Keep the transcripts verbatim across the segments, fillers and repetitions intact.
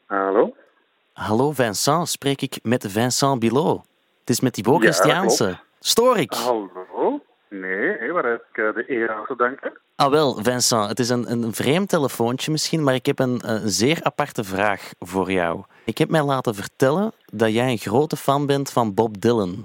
Hallo? Hallo Vincent, spreek ik met Vincent Bilot? Het is met Thibaut Ja, Christiaanse. klopt. Stoor ik? Hallo? Nee, nee, waar heb ik eh, de eer aan te danken? Ah wel, Vincent, het is een, een vreemd telefoontje misschien, maar ik heb een, een zeer aparte vraag voor jou. Ik heb mij laten vertellen dat jij een grote fan bent van Bob Dylan.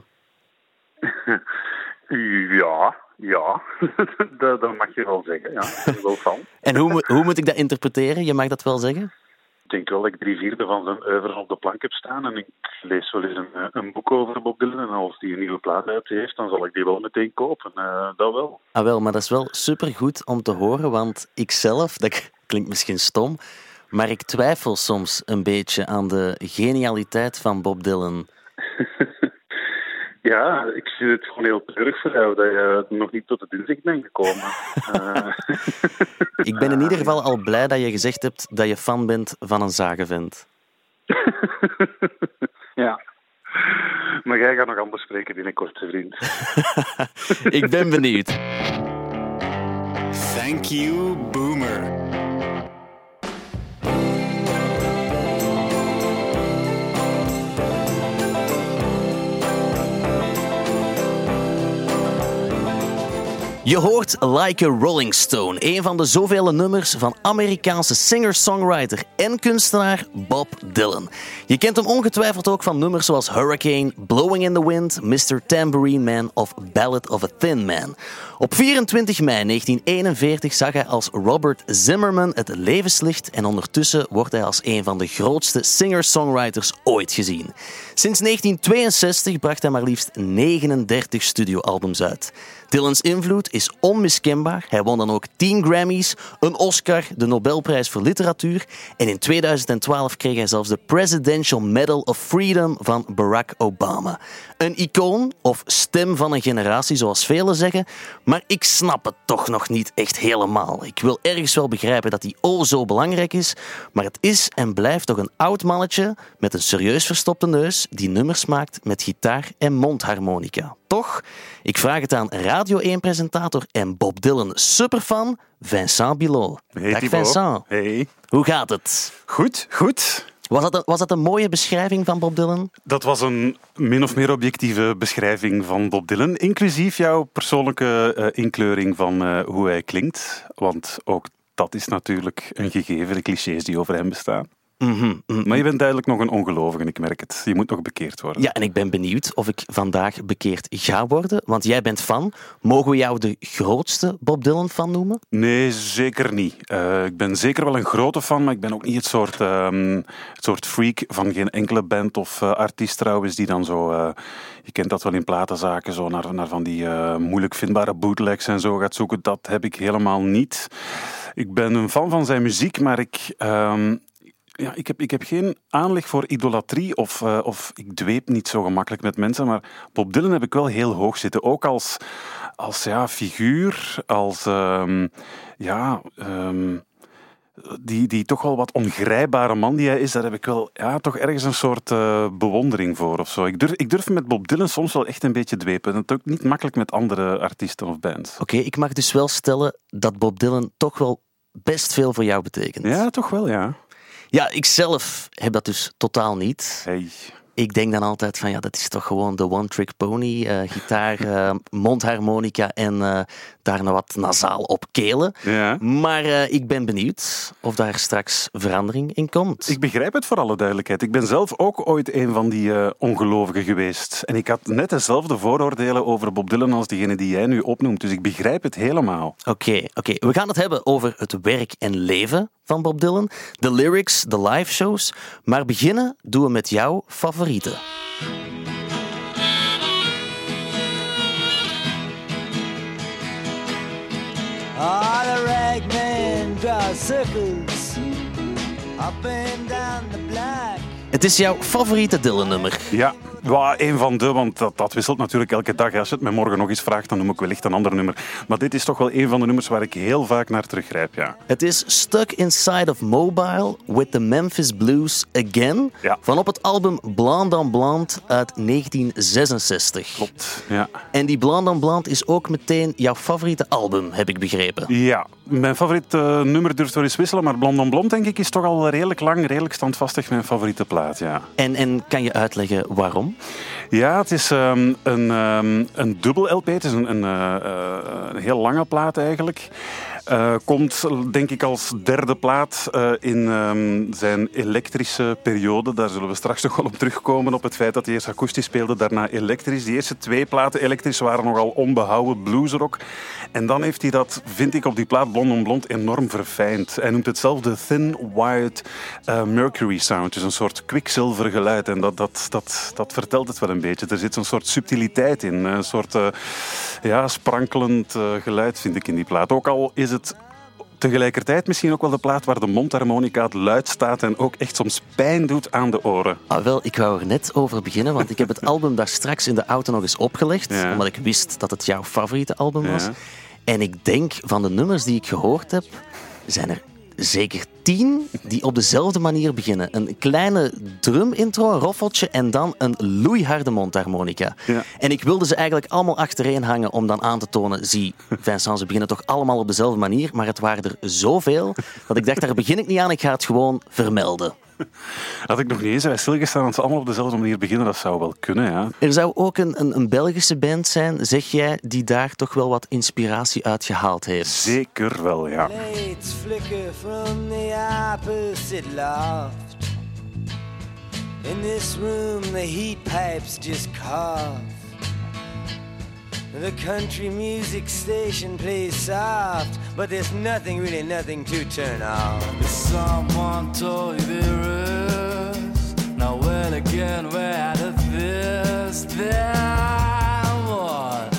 Ja, ja. dat, dat mag je wel zeggen, ja. Ik ben er wel fan. En hoe, moet- hoe moet ik dat interpreteren? Je mag dat wel zeggen? Ik denk wel dat ik drie vierde van zijn oeuvre op de plank heb staan en ik lees wel eens een, eh, een boek over Bob Dylan en als die een nieuwe plaat uit heeft, dan zal ik die wel meteen kopen. Uh, dat wel. Ah wel, maar dat is wel supergoed om te horen, want ik zelf, dat klinkt misschien stom, maar ik twijfel soms een beetje aan de genialiteit van Bob Dylan. Ja, ik vind het gewoon heel treurig voor jou dat je nog niet tot het inzicht bent gekomen. uh, Ik ben in ieder geval al blij dat je gezegd hebt dat je fan bent van een zagenvent. Ja. Maar jij gaat nog anders spreken binnenkort, vriend. Ik ben benieuwd. Thank you, Boomer. Je hoort Like a Rolling Stone, een van de zoveel nummers van Amerikaanse singer-songwriter en kunstenaar Bob Dylan. Je kent hem ongetwijfeld ook van nummers zoals Hurricane, Blowing in the Wind, mister Tambourine Man of Ballad of a Thin Man. Op vierentwintig mei negentien eenenveertig zag hij als Robert Zimmerman het levenslicht en ondertussen wordt hij als een van de grootste singer-songwriters ooit gezien. Sinds negentien tweeënzestig bracht hij maar liefst negenendertig studioalbums uit. Dylans invloed is onmiskenbaar. Hij won dan ook tien Grammys, een Oscar, de Nobelprijs voor literatuur en in tweeduizend twaalf kreeg hij zelfs de Presidential Medal of Freedom van Barack Obama. Een icoon of stem van een generatie, zoals velen zeggen, maar ik snap het toch nog niet echt helemaal. Ik wil ergens wel begrijpen dat hij o zo belangrijk is, maar het is en blijft toch een oud mannetje met een serieus verstopte neus die nummers maakt met gitaar en mondharmonica. Toch? Ik vraag het aan Radio één-presentator en Bob Dylan superfan Vincent Bilot. Hey, Dag Thibaut. Vincent. Hey. Hoe gaat het? Goed, goed. Was dat, een, was dat een mooie beschrijving van Bob Dylan? Dat was een min of meer objectieve beschrijving van Bob Dylan, inclusief jouw persoonlijke uh, inkleuring van uh, hoe hij klinkt. Want ook dat is natuurlijk een gegeven, de clichés die over hem bestaan. Mm-hmm, mm-hmm. Maar je bent duidelijk nog een ongelovige, ik merk het. Je moet nog bekeerd worden. Ja, en ik ben benieuwd of ik vandaag bekeerd ga worden, want jij bent fan. Mogen we jou de grootste Bob Dylan-fan noemen? Nee, zeker niet. Uh, ik ben zeker wel een grote fan, maar ik ben ook niet het soort, um, het soort freak van geen enkele band of uh, artiest trouwens, die dan zo, uh, je kent dat wel in platenzaken, zo naar, naar van die uh, moeilijk vindbare bootlegs en zo gaat zoeken. Dat heb ik helemaal niet. Ik ben een fan van zijn muziek, maar ik... Um, Ja, ik heb, ik heb geen aanleg voor idolatrie of, uh, of ik dweep niet zo gemakkelijk met mensen, maar Bob Dylan heb ik wel heel hoog zitten. Ook als, als ja, figuur, als um, ja, um, die, die toch wel wat ongrijpbare man die hij is, daar heb ik wel ja, toch ergens een soort uh, bewondering voor of zo. Ik durf, ik durf met Bob Dylan soms wel echt een beetje dwepen. Dat is ook niet makkelijk met andere artiesten of bands. Oké, okay, ik mag dus wel stellen dat Bob Dylan toch wel best veel voor jou betekent. Ja, toch wel, ja. Ja, ik zelf heb dat dus totaal niet. Hey. Ik denk dan altijd van, ja, dat is toch gewoon de one-trick pony. Uh, gitaar, uh, mondharmonica en uh, daar nog wat nasaal op kelen. Ja. Maar uh, ik ben benieuwd of daar straks verandering in komt. Ik begrijp het voor alle duidelijkheid. Ik ben zelf ook ooit een van die uh, ongelovigen geweest. En ik had net dezelfde vooroordelen over Bob Dylan als diegene die jij nu opnoemt. Dus ik begrijp het helemaal. Oké, okay, oké. Okay. We gaan het hebben over het werk en leven van Bob Dylan. De lyrics, de live shows. Maar beginnen doen we met jouw favorieten. Ah, the ragman draws circles up and down the block. Het is jouw favoriete Dylan-nummer. Ja, well, een van de, want dat, dat wisselt natuurlijk elke dag. Als je het me morgen nog eens vraagt, dan noem ik wellicht een ander nummer. Maar dit is toch wel een van de nummers waar ik heel vaak naar teruggrijp, ja. Het is Stuck Inside of Mobile with the Memphis Blues Again. Ja. Van op het album Blonde on Blonde uit negentien zesenzestig. Klopt, ja. En die Blonde on Blonde is ook meteen jouw favoriete album, heb ik begrepen. Ja. mijn favoriete uh, nummer durft wel eens wisselen, maar Blond on Blond, denk ik, is toch al redelijk lang, redelijk standvastig mijn favoriete plaat, ja. En, en kan je uitleggen waarom? Ja, het is um, een, um, een dubbel L P. Het is een, een, uh, uh, een heel lange plaat eigenlijk. Uh, komt, denk ik, als derde plaat uh, in um, zijn elektrische periode. Daar zullen we straks nog wel op terugkomen, op het feit dat hij eerst akoestisch speelde, daarna elektrisch. Die eerste twee platen elektrisch waren nogal onbehouden bluesrock. En dan heeft hij dat, vind ik, op die plaat Blond on Blond enorm verfijnd. Hij noemt het zelf de Thin White uh, Mercury Sound. Dus een soort kwikzilver geluid. En dat, dat, dat, dat vertelt het wel een beetje. Er zit een soort subtiliteit in. Een soort uh, ja, sprankelend uh, geluid, vind ik, in die plaat. Ook al is het tegelijkertijd misschien ook wel de plaat waar de mondharmonica het luid staat en ook echt soms pijn doet aan de oren. Ah, wel, ik wou er net over beginnen, want ik heb het album daar straks in de auto nog eens opgelegd, ja. Omdat ik wist dat het jouw favoriete album was. Ja. En ik denk, van de nummers die ik gehoord heb, zijn er zeker tien die op dezelfde manier beginnen. Een kleine drum-intro, een roffeltje en dan een loeiharde mondharmonica. Ja. En ik wilde ze eigenlijk allemaal achtereen hangen om dan aan te tonen, zie, Vincent, ze beginnen toch allemaal op dezelfde manier, maar het waren er zoveel dat ik dacht, daar begin ik niet aan, ik ga het gewoon vermelden. Had ik nog niet eens bij stilgestaan dat ze allemaal op dezelfde manier beginnen, dat zou wel kunnen, ja. Er zou ook een, een, een Belgische band zijn, zeg jij, die daar toch wel wat inspiratie uit gehaald heeft? Zeker wel, ja. Lights flicker from the opposite loft. In this room the heat pipes just cough. The country music station plays soft, but there's nothing, really nothing to turn off. Someone told you there is no well again we're out of this, then what?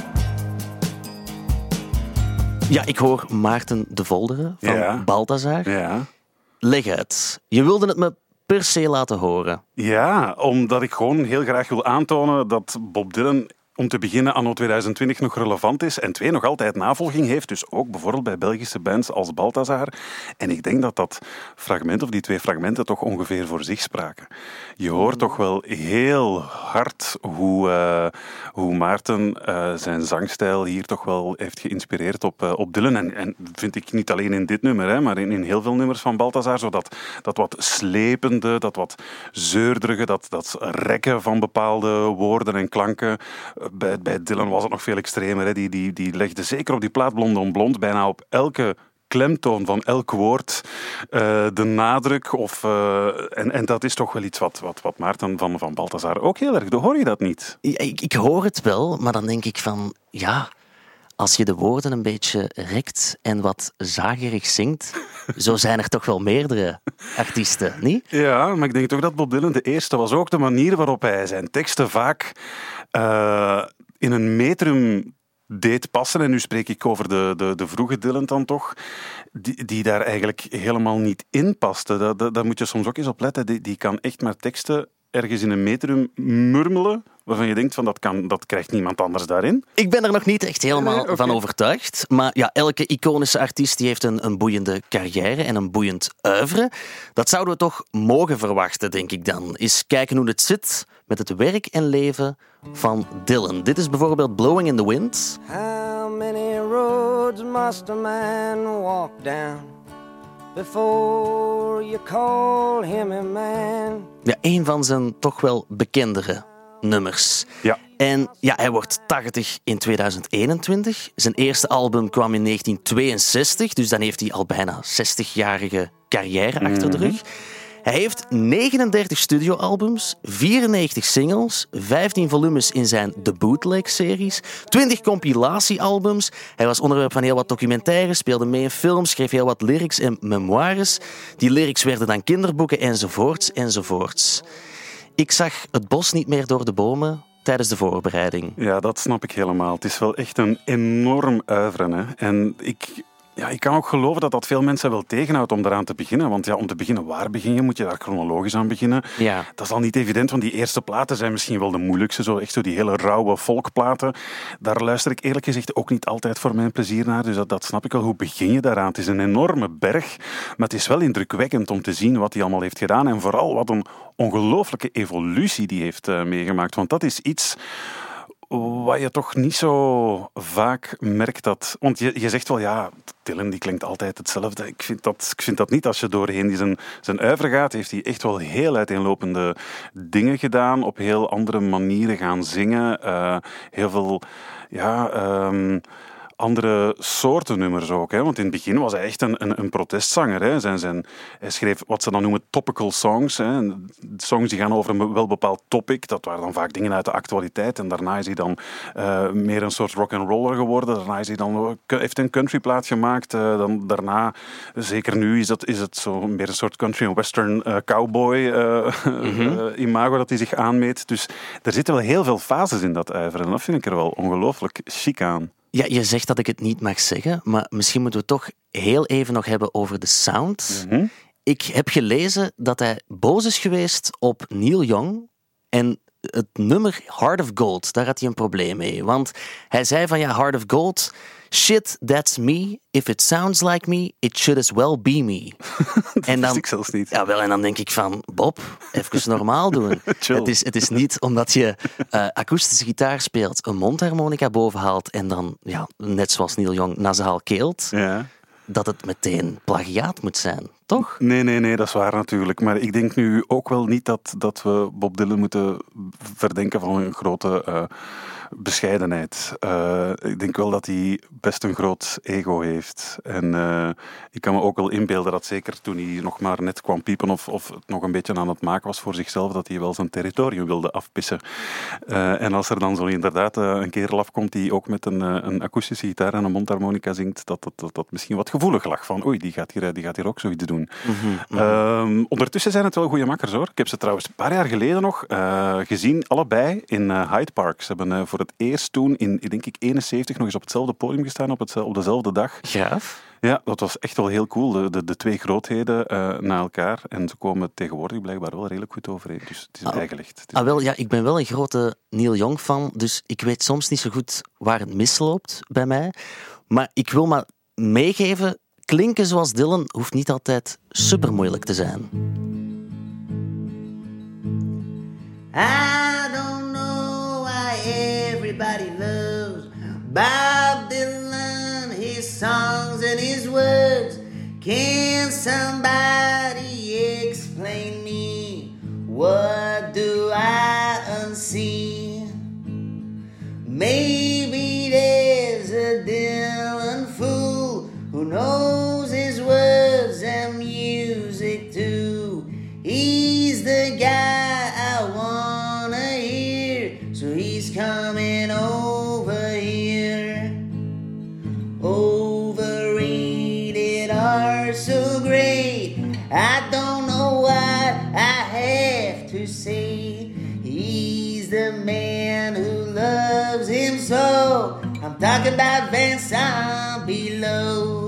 Ja, ik hoor Maarten de Volderen van ja. Balthazar. Ja. Leg uit. Je wilde het me per se laten horen. Ja, omdat ik gewoon heel graag wil aantonen dat Bob Dylan om te beginnen anno tweeduizend twintig nog relevant is en twee, nog altijd navolging heeft, dus ook bijvoorbeeld bij Belgische bands als Balthazar. En ik denk dat dat fragment, of die twee fragmenten, toch ongeveer voor zich spraken. Je hoort toch wel heel hard hoe, uh, hoe Maarten uh, zijn zangstijl hier toch wel heeft geïnspireerd op, uh, op Dylan. En, en vind ik niet alleen in dit nummer, hè, maar in, in heel veel nummers van Balthazar, zo dat, dat wat slepende, dat wat zeurderige, dat, dat rekken van bepaalde woorden en klanken. Bij, bij Dylan was het nog veel extremer. Hè. Die, die, die legde zeker op die plaat Blond on Blond bijna op elke klemtoon van elk woord uh, de nadruk. Of, uh, en, en dat is toch wel iets wat, wat, wat Maarten van, van Balthazar ook heel erg... Hoor je dat niet? Ja, ik, ik hoor het wel, maar dan denk ik van... Ja, als je de woorden een beetje rekt en wat zagerig zingt... Zo zijn er toch wel meerdere artiesten, niet? Ja, maar ik denk toch dat Bob Dylan de eerste was. Ook de manier waarop hij zijn teksten vaak uh, in een metrum deed passen. En nu spreek ik over de, de, de vroege Dylan dan toch. Die, die daar eigenlijk helemaal niet in paste. Daar, daar, daar moet je soms ook eens op letten. Die, die kan echt maar teksten ergens in een metrum murmelen, waarvan je denkt van dat, kan, dat krijgt niemand anders daarin. Ik ben er nog niet echt helemaal nee, okay. van overtuigd. Maar ja, elke iconische artiest die heeft een, een boeiende carrière en een boeiend oeuvre. Dat zouden we toch mogen verwachten, denk ik dan. Eens kijken hoe het zit met het werk en leven van Dylan. Dit is bijvoorbeeld Blowing in the Wind. How many roads must a man walk down before you call him a man? Ja, een van zijn toch wel bekendere nummers. Ja. En ja, hij wordt tachtig in tweeduizend eenentwintig. Zijn eerste album kwam in negentien tweeënzestig, dus dan heeft hij al bijna zestigjarige carrière mm-hmm. achter de rug. Hij heeft negenendertig studioalbums, vierennegentig singles, vijftien volumes in zijn The Bootleg-series, twintig compilatiealbums. Hij was onderwerp van heel wat documentaires, speelde mee in films, schreef heel wat lyrics en memoires. Die lyrics werden dan kinderboeken enzovoorts enzovoorts. Ik zag het bos niet meer door de bomen tijdens de voorbereiding. Ja, dat snap ik helemaal. Het is wel echt een enorm uiveren. Hè? En ik... Ja, ik kan ook geloven dat dat veel mensen wel tegenhoudt om eraan te beginnen. Want ja, om te beginnen, waar begin je? Moet je daar chronologisch aan beginnen? Ja. Dat is al niet evident, want die eerste platen zijn misschien wel de moeilijkste. Zo, echt zo die hele rauwe folkplaten. Daar luister ik eerlijk gezegd ook niet altijd voor mijn plezier naar. Dus dat, dat snap ik wel. Hoe begin je daaraan? Het is een enorme berg. Maar het is wel indrukwekkend om te zien wat hij allemaal heeft gedaan. En vooral wat een ongelooflijke evolutie die heeft uh, meegemaakt. Want dat is iets wat je toch niet zo vaak merkt dat... Want je, je zegt wel, ja, Dylan die klinkt altijd hetzelfde. Ik vind dat, ik vind dat niet. Als je doorheen die zijn, zijn uivre gaat, heeft hij echt wel heel uiteenlopende dingen gedaan. Op heel andere manieren gaan zingen. Uh, heel veel... Ja... Um, andere soorten nummers ook. Hè? Want in het begin was hij echt een, een, een protestzanger. Hè? Zijn, zijn, hij schreef wat ze dan noemen topical songs. Hè? Songs die gaan over een wel bepaald topic. Dat waren dan vaak dingen uit de actualiteit. En daarna is hij dan uh, meer een soort rock'n'roller geworden. Daarna is hij dan, heeft hij een countryplaat gemaakt. Uh, dan, daarna, zeker nu, is, dat, is het zo meer een soort country en western uh, cowboy uh, mm-hmm. uh, imago dat hij zich aanmeet. Dus er zitten wel heel veel fases in dat uiveren. En dat vind ik er wel ongelooflijk chic aan. Ja, je zegt dat ik het niet mag zeggen, maar misschien moeten we het toch heel even nog hebben over de sound. Mm-hmm. Ik heb gelezen dat hij boos is geweest op Neil Young en het nummer Heart of Gold, daar had hij een probleem mee. Want hij zei van ja, Heart of Gold, shit, that's me. If it sounds like me, it should as well be me. dat en dan, wist ik zelfs niet. Ja, wel, en dan denk ik van, Bob, even normaal doen. het, is, het is niet omdat je uh, akoestische gitaar speelt, een mondharmonica bovenhaalt en dan, ja, net zoals Neil Young, nasaal keelt, ja. dat het meteen plagiaat moet zijn, toch? Nee, nee, nee, dat is waar natuurlijk. Maar ik denk nu ook wel niet dat, dat we Bob Dylan moeten verdenken van een grote... Uh, bescheidenheid. Uh, ik denk wel dat hij best een groot ego heeft. En uh, ik kan me ook wel inbeelden dat zeker toen hij nog maar net kwam piepen of, of het nog een beetje aan het maken was voor zichzelf, dat hij wel zijn territorium wilde afpissen. Uh, en als er dan zo inderdaad uh, een kerel afkomt die ook met een, uh, een akoestische gitaar en een mondharmonica zingt, dat dat, dat dat misschien wat gevoelig lag van oei, die gaat hier, die gaat hier ook zoiets doen. Mm-hmm, mm-hmm. Uh, ondertussen zijn het wel goede makkers hoor. Ik heb ze trouwens een paar jaar geleden nog uh, gezien, allebei in uh, Hyde Park. Ze hebben uh, voor het eerst toen in, denk ik, eenenzeventig nog eens op hetzelfde podium gestaan, op, het, op dezelfde dag. Gaaf. Ja, dat was echt wel heel cool. De, de, de twee grootheden uh, na elkaar. En ze komen tegenwoordig blijkbaar wel redelijk goed overeen. Dus het is een ah, eigen licht. Ah, wel, ja, ik ben wel een grote Neil Young fan, dus ik weet soms niet zo goed waar het misloopt bij mij. Maar ik wil maar meegeven, klinken zoals Dylan hoeft niet altijd super moeilijk te zijn. I don't know why everybody loves Bob Dylan, his songs and his words. Can somebody explain me? What do I unsee? Maybe there's a Dylan fool who knows his words and music too. He's the guy I wanna hear, so he's coming over here. Overrated are so great, I don't know what I have to say. He's the man who loves him so. I'm talking about Vincent Below.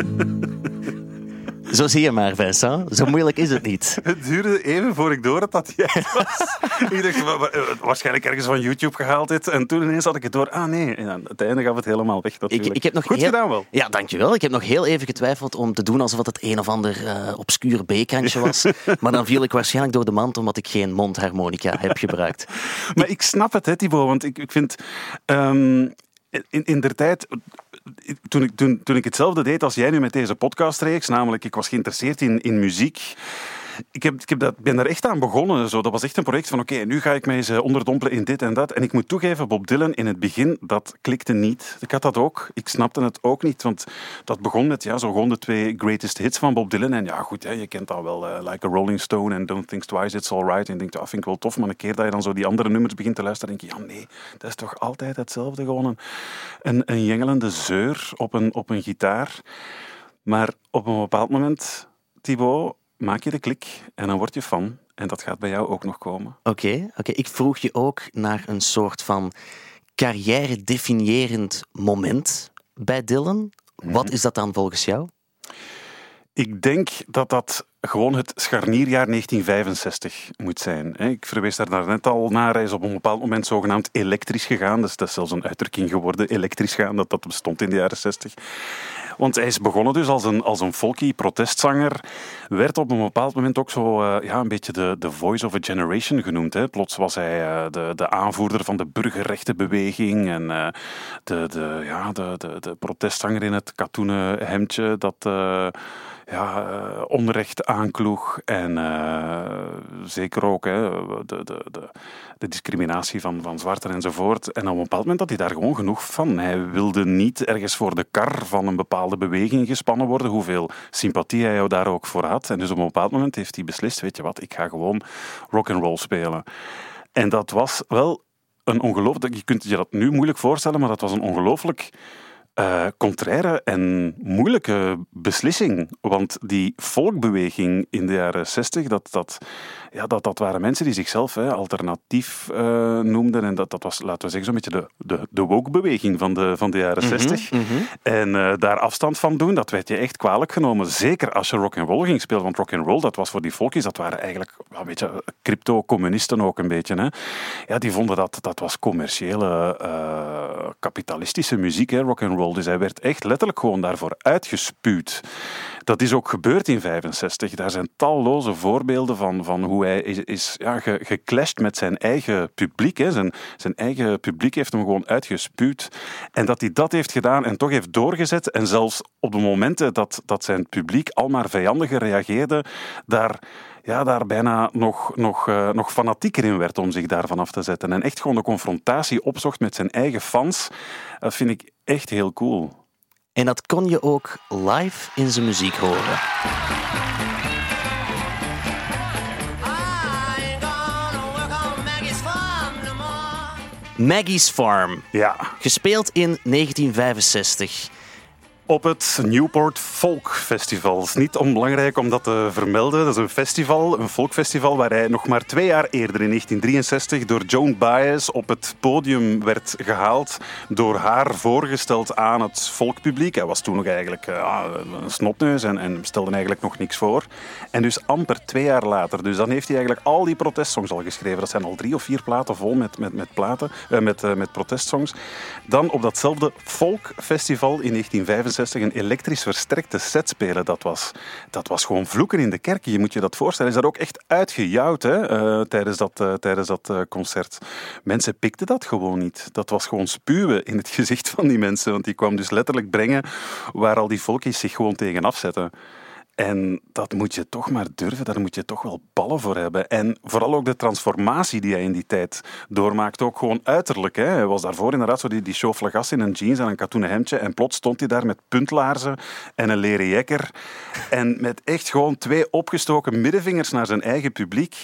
Zo zie je maar, Vincent. Zo moeilijk is het niet. Het duurde even voor ik door had dat jij het was. Ik dacht, waarschijnlijk ergens van YouTube gehaald dit. En toen ineens had ik het door. Ah nee, en aan het einde gaf het helemaal weg natuurlijk. Ik, ik heb nog Goed heel... gedaan wel. Ja, dankjewel. Ik heb nog heel even getwijfeld om te doen alsof het een of ander uh, obscure B-kantje was. Maar dan viel ik waarschijnlijk door de mand omdat ik geen mondharmonica heb gebruikt. Maar ik snap het, hè, Thibaut. Want ik, ik vind... Um, in, in der tijd... Toen ik, toen, toen ik hetzelfde deed als jij nu met deze podcastreeks, namelijk ik was geïnteresseerd in, in muziek. Ik, heb, ik heb dat, ben daar echt aan begonnen. Zo. Dat was echt een project van oké, okay, nu ga ik mij eens onderdompelen in dit en dat. En ik moet toegeven, Bob Dylan in het begin, dat klikte niet. Ik had dat ook. Ik snapte het ook niet. Want dat begon met ja, zo gewoon de twee greatest hits van Bob Dylan. En ja, goed, ja, je kent dat wel. Uh, like a Rolling Stone en Don't Think Twice, It's Alright. En je denkt, dat vind ik wel tof. Maar een keer dat je dan zo die andere nummers begint te luisteren, denk je, ja nee, dat is toch altijd hetzelfde. Gewoon een, een, een jengelende zeur op een, op een gitaar. Maar op een bepaald moment, Thibaut, maak je de klik en dan word je fan. En dat gaat bij jou ook nog komen. Oké, okay, okay. Ik vroeg je ook naar een soort van carrière-definiërend moment bij Dylan. Mm-hmm. Wat is dat dan volgens jou? Ik denk dat dat gewoon het scharnierjaar negentien vijfenzestig moet zijn. Ik verwees daar net al naar. Hij is op een bepaald moment zogenaamd elektrisch gegaan. Dus dat is zelfs een uitdrukking geworden, elektrisch gaan. Dat, dat bestond in de jaren zestig. Want hij is begonnen dus als een, als een folky protestzanger. Werd op een bepaald moment ook zo uh, ja, een beetje de, de voice of a generation genoemd. Hè. Plots was hij uh, de, de aanvoerder van de burgerrechtenbeweging. En uh, de, de, ja, de, de, de protestzanger in het katoenen hemdje dat... Uh, Ja, uh, onrecht aankloeg en uh, zeker ook hè, de, de, de, de discriminatie van, van zwarten enzovoort. En op een bepaald moment had hij daar gewoon genoeg van. Hij wilde niet ergens voor de kar van een bepaalde beweging gespannen worden, hoeveel sympathie hij daar ook voor had. En dus op een bepaald moment heeft hij beslist, weet je wat, ik ga gewoon rock'n'roll spelen. En dat was wel een ongelooflijk... Je kunt je dat nu moeilijk voorstellen, maar dat was een ongelooflijk... Uh, contraire en moeilijke beslissing. Want die volkbeweging in de jaren zestig, dat, dat, ja, dat, dat waren mensen die zichzelf hè, alternatief uh, noemden. En dat, dat was, laten we zeggen, zo'n beetje de, de, de woke-beweging van de, van de jaren mm-hmm, zestig. Mm-hmm. En uh, daar afstand van doen, dat werd je echt kwalijk genomen. Zeker als je rock'n'roll ging spelen. Want rock'n'roll, dat was voor die volkjes, dat waren eigenlijk een beetje crypto-communisten ook een beetje. Hè. Ja, die vonden dat, dat was commerciële, uh, kapitalistische muziek, hè, rock'n'roll. Dus hij werd echt letterlijk gewoon daarvoor uitgespuwd. Dat is ook gebeurd in vijfenzestig. Daar zijn talloze voorbeelden van, van hoe hij is, is ja, ge, geclashed met zijn eigen publiek. Hè. Zijn, zijn eigen publiek heeft hem gewoon uitgespuwd. En dat hij dat heeft gedaan en toch heeft doorgezet. En zelfs op de momenten dat, dat zijn publiek al maar vijandiger reageerde, daar... ja, daar bijna nog, nog, uh, nog fanatieker in werd om zich daarvan af te zetten. En echt gewoon de confrontatie opzocht met zijn eigen fans. Dat vind ik echt heel cool. En dat kon je ook live in zijn muziek horen. Maggie's Farm. Ja. Gespeeld in negentien vijfenzestig. Op het Newport Folk Festival. Het is niet onbelangrijk om dat te vermelden. Dat is een festival, een folkfestival, waar hij nog maar twee jaar eerder, in negentien drieënzestig, door Joan Baez op het podium werd gehaald. Door haar voorgesteld aan het volkpubliek. Hij was toen nog eigenlijk uh, een snotneus en, en stelde eigenlijk nog niks voor. En dus amper twee jaar later. Dus dan heeft hij eigenlijk al die protestsongs al geschreven. Dat zijn al drie of vier platen vol met, met, met, platen, uh, met, uh, met protestsongs. Dan op datzelfde folkfestival in negentien vijfenzestig een elektrisch versterkte set spelen. Dat was, dat was gewoon vloeken in de kerk. Je moet je dat voorstellen. Hij is daar ook echt uitgejouwd hè, uh, tijdens dat, uh, tijdens dat uh, concert. Mensen pikten dat gewoon niet. Dat was gewoon spuwen in het gezicht van die mensen. Want die kwam dus letterlijk brengen waar al die volkjes zich gewoon tegen afzetten. En dat moet je toch maar durven, daar moet je toch wel ballen voor hebben. En vooral ook de transformatie die hij in die tijd doormaakt, ook gewoon uiterlijk. Hè. Hij was daarvoor inderdaad zo die, die chaufflegas in een jeans en een katoenen hemdje. En plots stond hij daar met puntlaarzen en een leren jekker. En met echt gewoon twee opgestoken middenvingers naar zijn eigen publiek.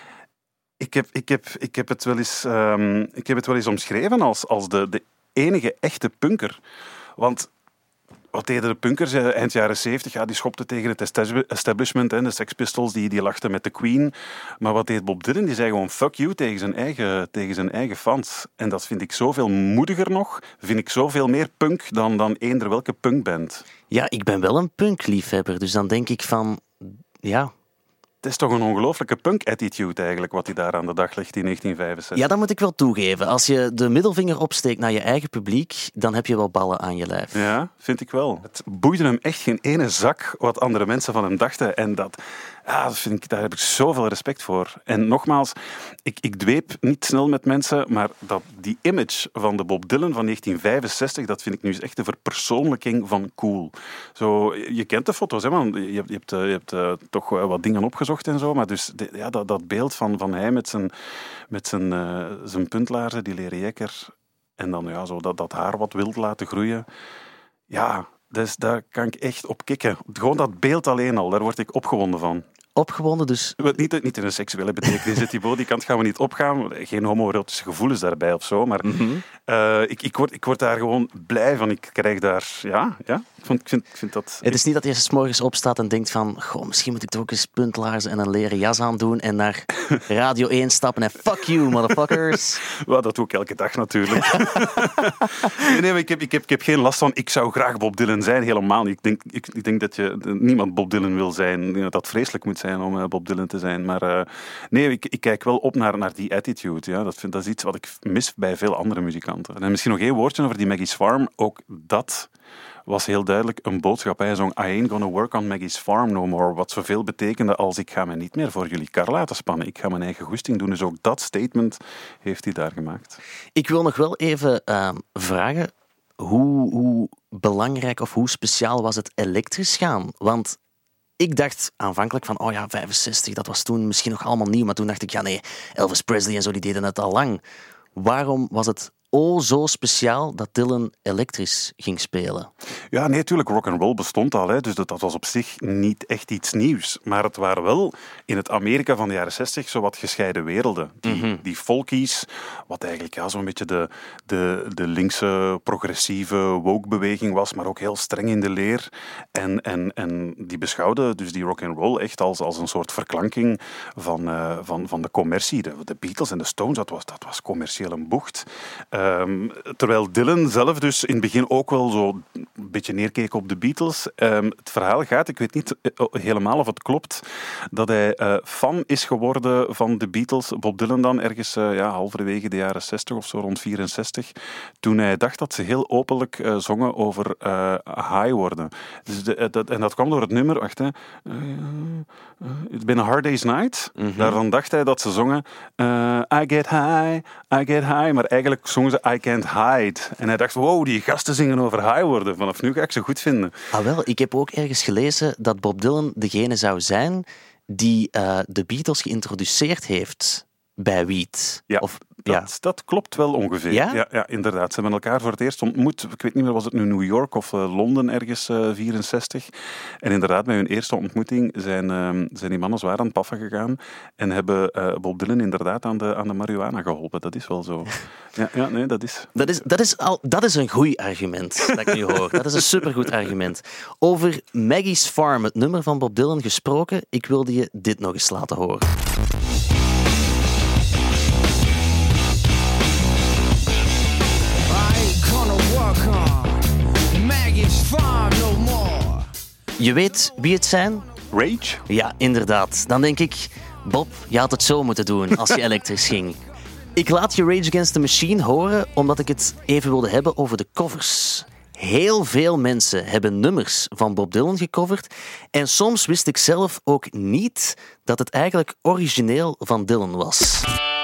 Ik heb, ik heb, ik heb, het, wel eens, um, ik heb het wel eens omschreven als, als de, de enige echte punker. Want... wat deden de punkers eind jaren zeventig? Ja, die schopten tegen het establishment. Hè. De Sex Pistols die, die lachten met de Queen. Maar wat deed Bob Dylan? Die zei gewoon fuck you tegen zijn, eigen, tegen zijn eigen fans. En dat vind ik zoveel moediger nog. Vind ik zoveel meer punk dan, dan eender welke punkband. Ja, ik ben wel een punkliefhebber. Dus dan denk ik van... ja... Het is toch een ongelooflijke punk-attitude eigenlijk, wat hij daar aan de dag legt in negentien vijfenzestig. Ja, dat moet ik wel toegeven. Als je de middelvinger opsteekt naar je eigen publiek, dan heb je wel ballen aan je lijf. Ja, vind ik wel. Het boeide hem echt geen ene zak wat andere mensen van hem dachten. En dat, ja, dat vind ik, daar heb ik zoveel respect voor. En nogmaals, ik, ik dweep niet snel met mensen, maar dat, die image van de Bob Dylan van negentien vijfenzestig, dat vind ik nu echt de verpersoonlijking van cool. Zo, je kent de foto's, hè, man. Je, je hebt, je hebt uh, toch wat dingen opgezocht en zo, maar dus de, ja, dat, dat beeld van, van hij met zijn, met zijn, uh, zijn puntlaarzen, die leren jekker, en dan ja, zo dat, dat haar wat wild laten groeien. Ja, dus daar kan ik echt op kikken. Gewoon dat beeld alleen al, daar word ik opgewonden van. Opgewonden, dus... Niet, niet in een seksuele betekenis, die kant gaan we niet opgaan. Geen homoerotische gevoelens daarbij of zo, maar mm-hmm. uh, ik, ik, word, ik word daar gewoon blij van. Ik krijg daar... Ja, ja ik, vind, ik vind dat... Het is niet dat je 's morgens opstaat en denkt van goh, misschien moet ik toch ook eens puntlaarzen en een leren jas aan doen en naar Radio één stappen en fuck you, motherfuckers. Well, dat doe ik elke dag natuurlijk. nee, nee, maar ik heb, ik, heb, ik heb geen last van ik zou graag Bob Dylan zijn, helemaal niet. Ik denk, ik, ik denk dat je niemand Bob Dylan wil zijn. Dat dat vreselijk moet zijn om uh, Bob Dylan te zijn. Maar uh, nee, ik, ik kijk wel op naar, naar die attitude. Ja. Dat, vind, dat is iets wat ik mis bij veel andere muzikanten. En misschien nog één woordje over die Maggie's Farm. Ook dat was heel duidelijk een boodschap. Hij zong I ain't gonna work on Maggie's farm no more, wat zoveel betekende als ik ga me niet meer voor jullie kar laten spannen. Ik ga mijn eigen goesting doen. Dus ook dat statement heeft hij daar gemaakt. Ik wil nog wel even uh, vragen, hoe, hoe belangrijk of hoe speciaal was het elektrisch gaan? Want ik dacht aanvankelijk van, oh ja, vijfenzestig, dat was toen misschien nog allemaal nieuw. Maar toen dacht ik, ja nee, Elvis Presley en zo, die deden het al lang. Waarom was het oh zo speciaal dat Dylan elektrisch ging spelen? Ja, nee, natuurlijk, rock'n'roll bestond al, hè, dus dat, dat was op zich niet echt iets nieuws. Maar het waren wel in het Amerika van de jaren zestig zo wat gescheiden werelden. Die, mm-hmm. die folkies, wat eigenlijk ja, zo'n beetje de, de, de linkse, progressieve woke-beweging was, maar ook heel streng in de leer. En, en, en die beschouwden dus die rock'n'roll echt als, als een soort verklanking van, uh, van, van de commercie. De, de Beatles en de Stones, dat was, dat was commercieel een bocht. Um, terwijl Dylan zelf dus in het begin ook wel zo een beetje neerkeek op de Beatles. Um, het verhaal gaat, ik weet niet helemaal of het klopt, dat hij uh, fan is geworden van de Beatles, Bob Dylan dan, ergens uh, ja, halverwege de jaren zestig of zo, rond vierenzestig, toen hij dacht dat ze heel openlijk uh, zongen over uh, high worden. Dus de, uh, dat, en dat kwam door het nummer, wacht hè, uh, uh, It's been a hard day's night. Mm-hmm. Daarvan dacht hij dat ze zongen uh, I get high, I get high, maar eigenlijk zongen ze I can't hide. En hij dacht, wow, die gasten zingen over high worden. Vanaf nu ga ik ze goed vinden. Ah wel, ik heb ook ergens gelezen dat Bob Dylan degene zou zijn die uh, de Beatles geïntroduceerd heeft bij wiet. Ja, of, dat, ja. dat klopt wel ongeveer. Ja? Ja, ja, inderdaad. Ze hebben elkaar voor het eerst ontmoet. Ik weet niet meer, was het nu New York of uh, Londen ergens, uh, vierenzestig. En inderdaad, bij hun eerste ontmoeting zijn, uh, zijn die mannen zwaar aan het paffen gegaan en hebben uh, Bob Dylan inderdaad aan de, aan de marihuana geholpen. Dat is wel zo. Ja, ja nee, dat is... Dat is, dat is, al, dat is een goed argument, dat ik nu hoor. Dat is een supergoed argument. Over Maggie's Farm, het nummer van Bob Dylan gesproken, ik wilde je dit nog eens laten horen. Je weet wie het zijn? Rage? Ja, inderdaad. Dan denk ik, Bob, je had het zo moeten doen als je elektrisch ging. Ik laat je Rage Against the Machine horen omdat ik het even wilde hebben over de covers. Heel veel mensen hebben nummers van Bob Dylan gecoverd en soms wist ik zelf ook niet dat het eigenlijk origineel van Dylan was.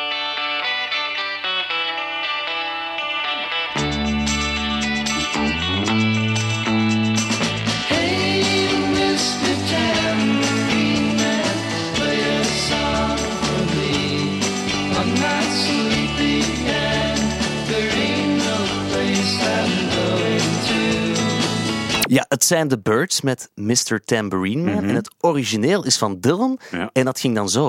Ja, het zijn de Byrds met mister Tambourine Man. Mm-hmm. En het origineel is van Dylan. Ja. En dat ging dan zo.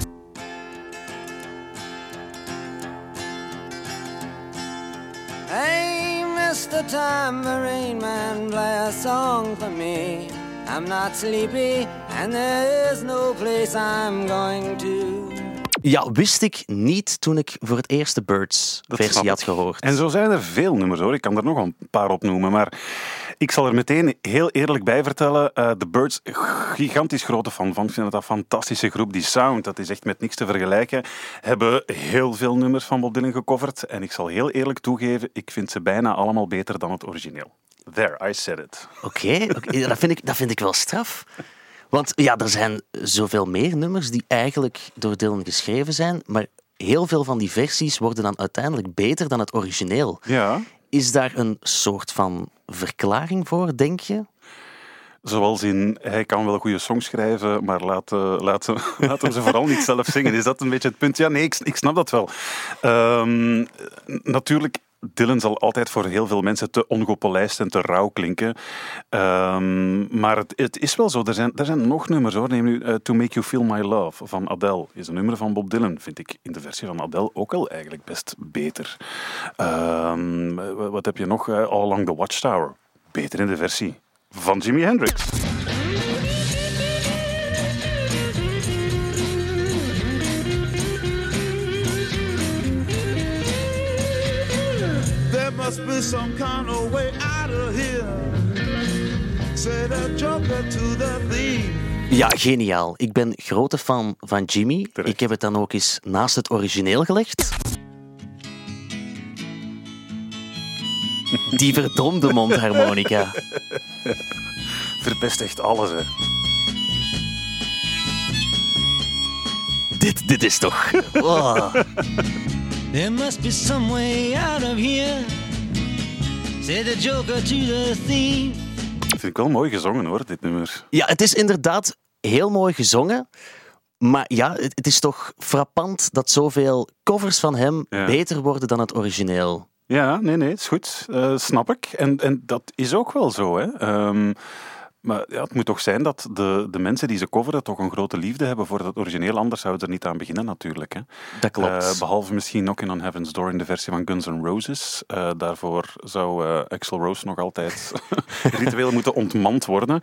Hey, mister Tambourine Man, play a song for me. I'm not sleepy and there is no place I'm going to. Ja, wist ik niet toen ik voor het eerst de Byrds-versie had gehoord. En zo zijn er veel nummers hoor. Ik kan er nog een paar opnoemen, maar ik zal er meteen heel eerlijk bij vertellen. Uh, de Byrds, gigantisch grote fan van. Ik vind het een fantastische groep. Die sound, dat is echt met niks te vergelijken. Hebben heel veel nummers van Bob Dylan gecoverd. En ik zal heel eerlijk toegeven, ik vind ze bijna allemaal beter dan het origineel. There, I said it. Oké, okay, okay. dat, vind ik, dat vind ik wel straf. Want ja, er zijn zoveel meer nummers die eigenlijk door Dylan geschreven zijn, maar heel veel van die versies worden dan uiteindelijk beter dan het origineel. Ja. Is daar een soort van verklaring voor, denk je? Zoals in, hij kan wel goede songs schrijven, maar laat, uh, laat, laat hem ze vooral niet zelf zingen. Is dat een beetje het punt? Ja, nee, ik, ik snap dat wel. Um, natuurlijk... Dylan zal altijd voor heel veel mensen te ongepolijst en te rauw klinken. Um, maar het, het is wel zo. Er zijn, er zijn nog nummers hoor. Neem nu uh, To Make You Feel My Love van Adele. Is een nummer van Bob Dylan. Vind ik in de versie van Adele ook al eigenlijk best beter. Um, wat heb je nog? Uh, All Along the Watchtower. Beter in de versie van Jimi Hendrix. Must be some kind of way out of here. Say the joker to the thief. Ja, geniaal. Ik ben grote fan van Jimmy. Terecht. Ik heb het dan ook eens naast het origineel gelegd. Die verdomde mondharmonica. Verpest echt alles, hè. Dit, dit is toch... Oh. There must be some way out of here, said the joker to the thief. Dat vind ik wel mooi gezongen, hoor, dit nummer. Ja, het is inderdaad heel mooi gezongen. Maar ja, het, het is toch frappant dat zoveel covers van hem Ja. beter worden dan het origineel. Ja, nee, nee, is goed. Uh, snap ik. En, en dat is ook wel zo, hè. Um, maar ja, het moet toch zijn dat de, de mensen die ze coveren toch een grote liefde hebben voor het origineel. Anders zouden ze er niet aan beginnen, natuurlijk. Hè. Dat klopt. Uh, behalve misschien Knocking on Heaven's Door in de versie van Guns N' Roses. Uh, daarvoor zou uh, Axl Rose nog altijd ritueel moeten ontmand worden.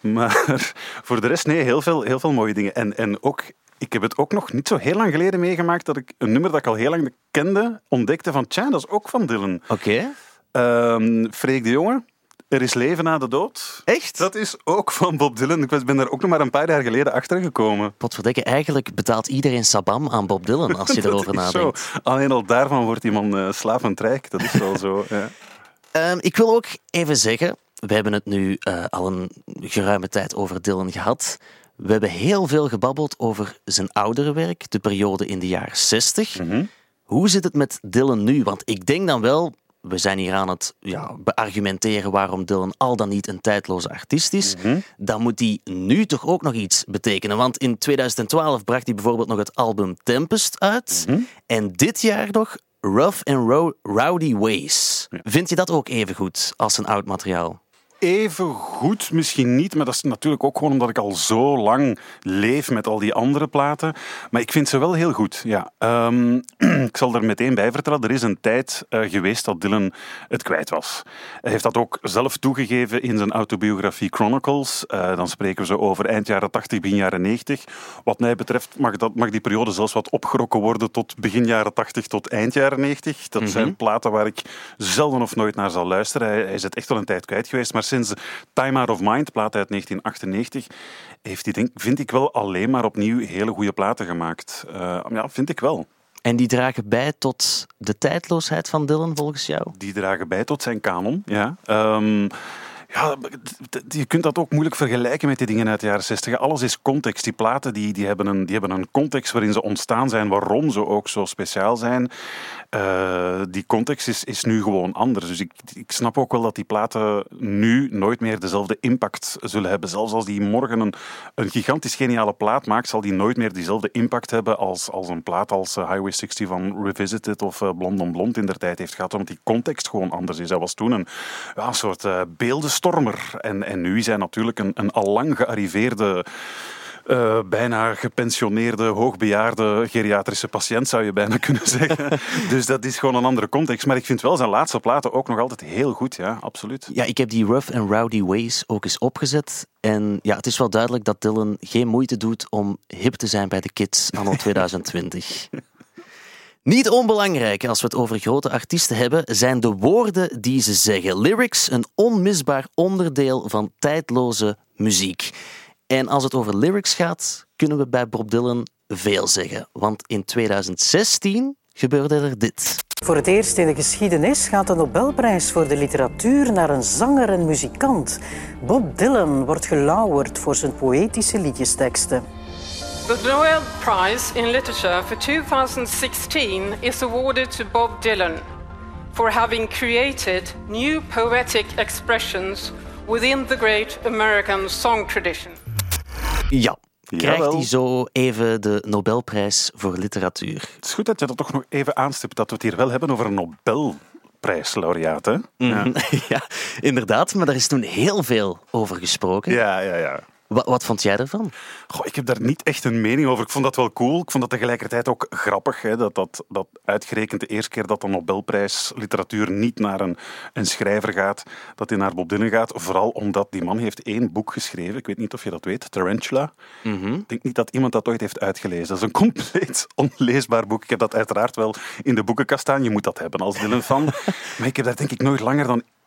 Maar voor de rest, nee, heel veel, heel veel mooie dingen. En, en ook... Ik heb het ook nog niet zo heel lang geleden meegemaakt dat ik een nummer dat ik al heel lang kende, ontdekte van tja, dat is ook van Dylan. Oké. Okay. Um, Freek de Jonge, Er is leven na de dood. Echt? Dat is ook van Bob Dylan. Ik ben daar ook nog maar een paar jaar geleden achter gekomen. Potverdikke, eigenlijk betaalt iedereen sabam aan Bob Dylan als je erover nadenkt. Zo. Alleen al daarvan wordt iemand uh, slavend rijk. Dat is wel zo, ja. Um, ik wil ook even zeggen, we hebben het nu uh, al een geruime tijd over Dylan gehad. We hebben heel veel gebabbeld over zijn oudere werk, de periode in de jaren zestig. Mm-hmm. Hoe zit het met Dylan nu? Want ik denk dan wel, we zijn hier aan het ja, beargumenteren waarom Dylan al dan niet een tijdloze artiest is. Mm-hmm. Dan moet hij nu toch ook nog iets betekenen. Want in twintig twaalf bracht hij bijvoorbeeld nog het album Tempest uit. Mm-hmm. En dit jaar nog Rough and Ro- Rowdy Ways. Ja. Vind je dat ook even goed als een oud materiaal? Even goed, misschien niet, maar dat is natuurlijk ook gewoon omdat ik al zo lang leef met al die andere platen. Maar ik vind ze wel heel goed, ja. Um, ik zal er meteen bij vertellen, er is een tijd uh, geweest dat Dylan het kwijt was. Hij heeft dat ook zelf toegegeven in zijn autobiografie Chronicles. Uh, dan spreken we zo over eind jaren tachtig, begin jaren negentig. Wat mij betreft mag, dat, mag die periode zelfs wat opgerokken worden tot begin jaren tachtig tot eind jaren negentig. Dat Mm-hmm. zijn platen waar ik zelden of nooit naar zal luisteren. Hij, hij is het echt wel een tijd kwijt geweest, maar sinds Time Out of Mind, plaat uit negentien achtennegentig, heeft hij, denk, vind ik wel, alleen maar opnieuw hele goede platen gemaakt. Uh, ja, vind ik wel. En die dragen bij tot de tijdloosheid van Dylan, volgens jou? Die dragen bij tot zijn kanon, ja. Um, Ja, je kunt dat ook moeilijk vergelijken met die dingen uit de jaren zestig. Alles is context. Die platen die, die hebben een, die hebben een context waarin ze ontstaan zijn, waarom ze ook zo speciaal zijn. Uh, die context is, is nu gewoon anders. Dus ik, ik snap ook wel dat die platen nu nooit meer dezelfde impact zullen hebben. Zelfs als die morgen een, een gigantisch geniale plaat maakt, zal die nooit meer diezelfde impact hebben als, als een plaat als uh, Highway zestig van Revisited of uh, Blond on Blond in der tijd heeft gehad, omdat die context gewoon anders is. Dat was toen een, ja, een soort uh, beeldenstormer. En, en nu is hij natuurlijk een, een allang gearriveerde, uh, bijna gepensioneerde, hoogbejaarde geriatrische patiënt, zou je bijna kunnen zeggen. Dus dat is gewoon een andere context. Maar ik vind wel zijn laatste platen ook nog altijd heel goed, ja, absoluut. Ja, ik heb die Rough and Rowdy Ways ook eens opgezet. En ja, het is wel duidelijk dat Dylan geen moeite doet om hip te zijn bij de kids anno twintig twintig. Niet onbelangrijk als we het over grote artiesten hebben, zijn de woorden die ze zeggen. Lyrics, een onmisbaar onderdeel van tijdloze muziek. En als het over lyrics gaat, kunnen we bij Bob Dylan veel zeggen. Want in twintig zestien gebeurde er dit. Voor het eerst in de geschiedenis gaat de Nobelprijs voor de literatuur naar een zanger en muzikant. Bob Dylan wordt gelauwerd voor zijn poëtische liedjesteksten. The Nobel Prize in Literature for two thousand sixteen is awarded to Bob Dylan for having created new poetic expressions within the great American song tradition. Ja, krijgt Jawel. hij zo even de Nobelprijs voor literatuur. Het is goed dat je dat toch nog even aanstipt, dat we het hier wel hebben over een Nobelprijslaureaat, hè? Ja. Mm, ja, inderdaad, maar daar is toen heel veel over gesproken. Ja, ja, ja. Wat, wat vond jij ervan? Goh, ik heb daar niet echt een mening over. Ik vond dat wel cool. Ik vond dat tegelijkertijd ook grappig. Hè, dat, dat, dat uitgerekend de eerste keer dat de Nobelprijs literatuur niet naar een, een schrijver gaat, dat die naar Bob Dylan gaat. Vooral omdat die man heeft één boek geschreven. Ik weet niet of je dat weet. Tarantula. Mm-hmm. Ik denk niet dat iemand dat ooit heeft uitgelezen. Dat is een compleet onleesbaar boek. Ik heb dat uiteraard wel in de boekenkast staan. Je moet dat hebben als Dylan-fan. Maar ik heb daar denk ik nooit langer dan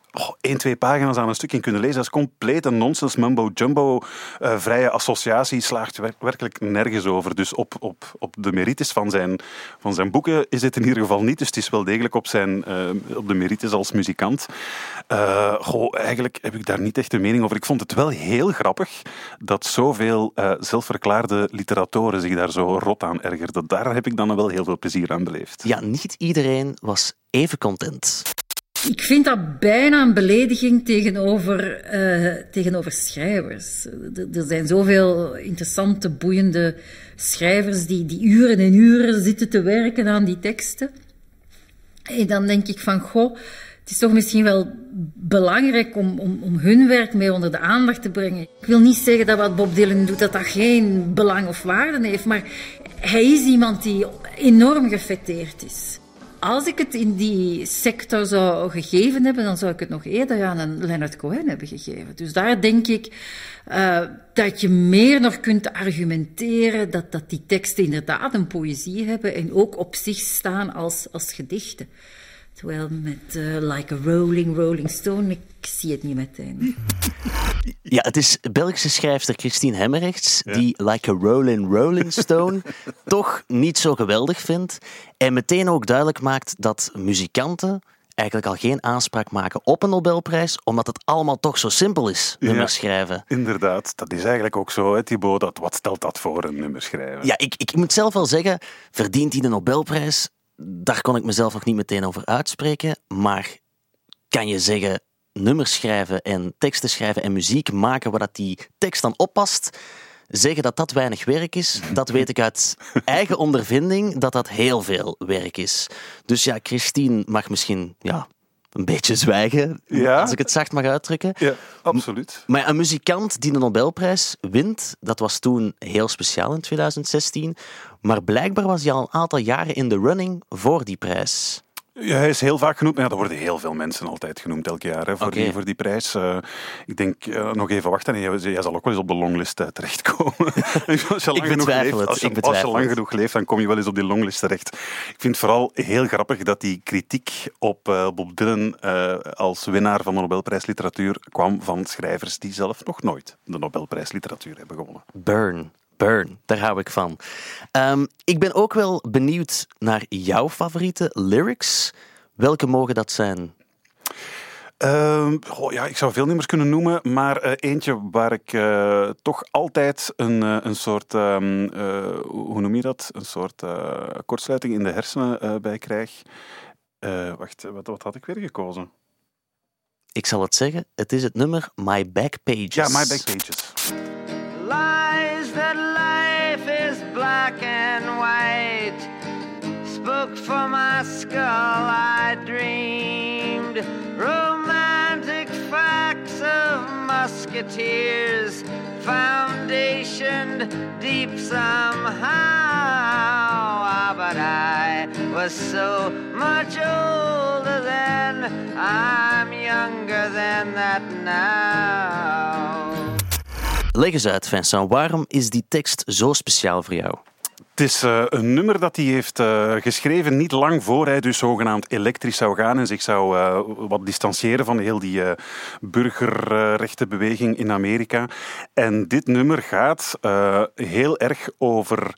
oh, één, twee pagina's aan een stuk in kunnen lezen. Dat is compleet een nonsens, mumbo-jumbo. Uh, vrije associatie slaagt wer- werkelijk nergens over. Dus op, op, op de merites van zijn, van zijn boeken is het in ieder geval niet. Dus het is wel degelijk op, zijn, uh, op de merites als muzikant. Uh, goh, eigenlijk heb ik daar niet echt een mening over. Ik vond het wel heel grappig dat zoveel uh, zelfverklaarde literatoren zich daar zo rot aan ergerden. Daar heb ik dan wel heel veel plezier aan beleefd. Ja, niet iedereen was even content. Ik vind dat bijna een belediging tegenover, uh, tegenover schrijvers. Er, er zijn zoveel interessante, boeiende schrijvers die, die uren en uren zitten te werken aan die teksten. En dan denk ik van, goh, het is toch misschien wel belangrijk om, om, om hun werk mee onder de aandacht te brengen. Ik wil niet zeggen dat wat Bob Dylan doet, dat dat geen belang of waarde heeft, maar hij is iemand die enorm gefêteerd is. Als ik het in die sector zou gegeven hebben, dan zou ik het nog eerder aan een Leonard Cohen hebben gegeven. Dus daar denk ik uh, dat je meer nog kunt argumenteren dat, dat die teksten inderdaad een poëzie hebben en ook op zich staan als, als gedichten. Terwijl met uh, Like a Rolling, Rolling Stone, ik zie het niet meteen. Ja, het is Belgische schrijfster Christine Hemmerrechts ja. die Like a Rolling, Rolling Stone toch niet zo geweldig vindt. En meteen ook duidelijk maakt dat muzikanten eigenlijk al geen aanspraak maken op een Nobelprijs, omdat het allemaal toch zo simpel is, nummers ja, schrijven. Inderdaad, dat is eigenlijk ook zo, hè, Thibaut. Dat, wat stelt dat voor, een nummer schrijven? Ja, ik, ik moet zelf wel zeggen, verdient hij de Nobelprijs? Daar kon ik mezelf nog niet meteen over uitspreken, maar kan je zeggen, nummers schrijven en teksten schrijven en muziek maken waar dat die tekst dan oppast, zeggen dat dat weinig werk is, dat weet ik uit eigen ondervinding, dat dat heel veel werk is. Dus ja, Christine mag misschien ja, een beetje zwijgen, ja. als ik het zacht mag uitdrukken. Ja, absoluut. Maar ja, een muzikant die de Nobelprijs wint, dat was toen heel speciaal in twintig zestien, maar blijkbaar was hij al een aantal jaren in de running voor die prijs. Ja, hij is heel vaak genoemd, maar ja, er worden heel veel mensen altijd genoemd elk jaar hè, voor, okay. die, voor die prijs. Uh, ik denk, uh, nog even wachten, en jij, jij zal ook wel eens op de longlist uh, terechtkomen. als je, lang ik betwijfel leeft, het. Als je, ik als je lang het. genoeg leeft, dan kom je wel eens op die longlist terecht. Ik vind het vooral heel grappig dat die kritiek op uh, Bob Dylan uh, als winnaar van de Nobelprijs Literatuur kwam van schrijvers die zelf nog nooit de Nobelprijs Literatuur hebben gewonnen. Burn. Burn, daar hou ik van. Um, ik ben ook wel benieuwd naar jouw favoriete lyrics. Welke mogen dat zijn? Uh, oh ja, ik zou veel nummers kunnen noemen, maar uh, eentje waar ik uh, toch altijd een, uh, een soort, um, uh, hoe noem je dat? Een soort uh, kortsluiting in de hersenen uh, bij krijg. Uh, wacht, wat, wat had ik weer gekozen? Ik zal het zeggen, het is het nummer My Back Pages. Ja, My Back Pages. Lies that life is black and white. Spoke from my skull, I dreamed romantic facts of musketeers, foundationed deep somehow. Ah, but I was so much older then, I'm younger than that now. Leg eens uit, Vincent, waarom is die tekst zo speciaal voor jou? Het is uh, een nummer dat hij heeft uh, geschreven niet lang voor hij dus zogenaamd elektrisch zou gaan en zich zou uh, wat distancieren van heel die uh, burgerrechtenbeweging in Amerika. En dit nummer gaat uh, heel erg over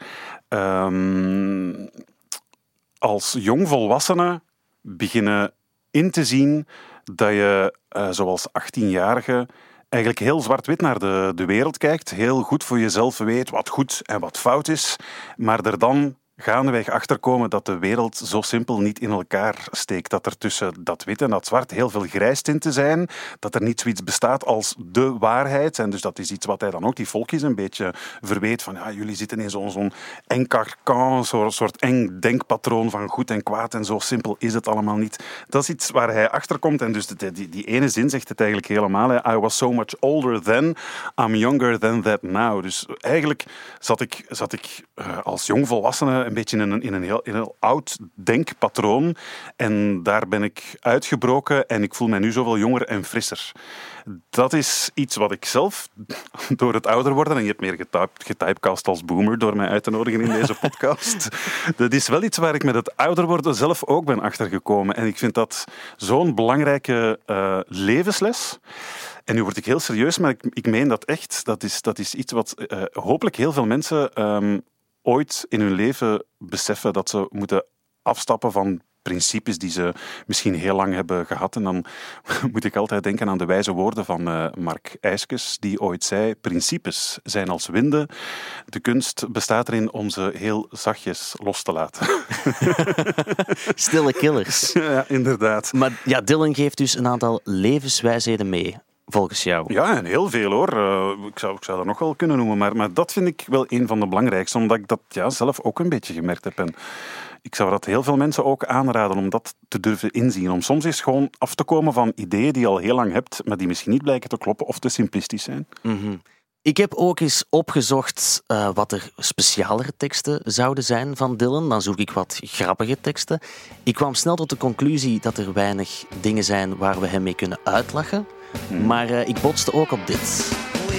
um, als jongvolwassene beginnen in te zien dat je uh, zoals achttienjarige eigenlijk heel zwart-wit naar de, de wereld kijkt, heel goed voor jezelf weet wat goed en wat fout is, maar er dan gaandeweg achterkomen dat de wereld zo simpel niet in elkaar steekt. Dat er tussen dat wit en dat zwart heel veel grijstinten zijn, dat er niet zoiets bestaat als de waarheid. En dus dat is iets wat hij dan ook die volkjes een beetje verweet van ja, jullie zitten in zo'n, zo'n eng carcan, zo'n soort eng denkpatroon van goed en kwaad en zo simpel is het allemaal niet. Dat is iets waar hij achterkomt en dus die, die, die ene zin zegt het eigenlijk helemaal. Hè. I was so much older then, I'm younger than that now. Dus eigenlijk zat ik, zat ik uh, als jongvolwassene een beetje in een, in een, heel, in een heel oud denkpatroon. En daar ben ik uitgebroken en ik voel mij nu zoveel jonger en frisser. Dat is iets wat ik zelf, door het ouder worden, en je hebt meer getyped, getypecast als boomer door mij uit te nodigen in deze podcast, dat is wel iets waar ik met het ouder worden zelf ook ben achtergekomen. En ik vind dat zo'n belangrijke uh, levensles. En nu word ik heel serieus, maar ik, ik meen dat echt. Dat is, dat is iets wat uh, hopelijk heel veel mensen um, ooit in hun leven beseffen, dat ze moeten afstappen van principes die ze misschien heel lang hebben gehad. En dan moet ik altijd denken aan de wijze woorden van uh, Mark Ijskes, die ooit zei: principes zijn als winden. De kunst bestaat erin om ze heel zachtjes los te laten. Stille killers. Ja, inderdaad. Maar ja, Dylan geeft dus een aantal levenswijsheden mee. Volgens jou? Ja, en heel veel hoor. Uh, ik, zou, ik zou dat nog wel kunnen noemen, maar, maar dat vind ik wel een van de belangrijkste, omdat ik dat ja, zelf ook een beetje gemerkt heb. En ik zou dat heel veel mensen ook aanraden om dat te durven inzien. Om soms eens gewoon af te komen van ideeën die je al heel lang hebt, maar die misschien niet blijken te kloppen of te simplistisch zijn. Mm-hmm. Ik heb ook eens opgezocht uh, wat er specialere teksten zouden zijn van Dylan. Dan zoek ik wat grappige teksten. Ik kwam snel tot de conclusie dat er weinig dingen zijn waar we hem mee kunnen uitlachen. Hmm. Maar uh, ik botste ook op dit.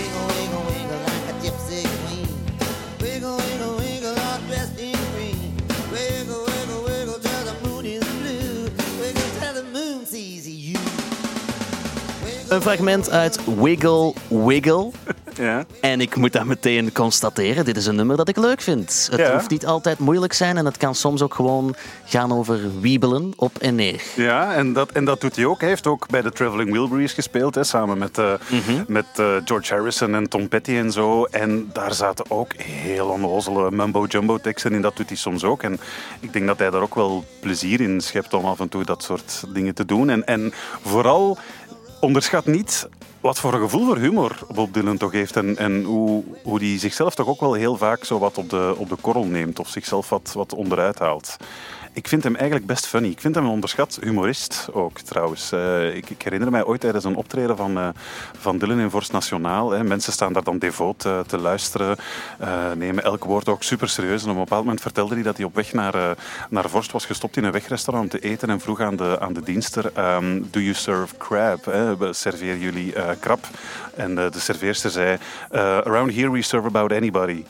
Een fragment uit Wiggle Wiggle. Ja. En ik moet dat meteen constateren, dit is een nummer dat ik leuk vind. Het ja. hoeft niet altijd moeilijk zijn en het kan soms ook gewoon gaan over wiebelen op en neer. Ja, en dat, en dat doet hij ook. Hij heeft ook bij de Traveling Wilburys gespeeld, hè, samen met, uh, mm-hmm. met uh, George Harrison en Tom Petty en zo. En daar zaten ook heel onnozele mumbo-jumbo teksten in, dat doet hij soms ook. En ik denk dat hij daar ook wel plezier in schept om af en toe dat soort dingen te doen. En, en vooral onderschat niet wat voor een gevoel voor humor Bob Dylan toch heeft en, en hoe, hoe die zichzelf toch ook wel heel vaak zo wat op de, op de korrel neemt of zichzelf wat, wat onderuit haalt. Ik vind hem eigenlijk best funny. Ik vind hem een onderschat humorist ook, trouwens. Uh, ik, ik herinner mij ooit tijdens een optreden van, uh, van Dylan in Vorst Nationaal. Hè. Mensen staan daar dan devoot uh, te luisteren, uh, nemen elk woord ook super serieus. En op een bepaald moment vertelde hij dat hij op weg naar, uh, naar Vorst was gestopt in een wegrestaurant om te eten en vroeg aan de, aan de dienster: um, do you serve crab? Hè? Serveren jullie uh, krab? En uh, de serveerster zei: uh, around here we serve about anybody.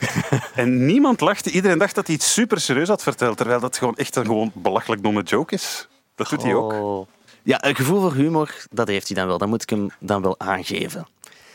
En niemand lachte. Iedereen dacht dat hij iets super serieus had verteld, terwijl dat gewoon echt een gewoon belachelijk domme joke is. Dat doet hij ook. Oh. Ja, een gevoel voor humor, dat heeft hij dan wel. Dat moet ik hem dan wel aangeven.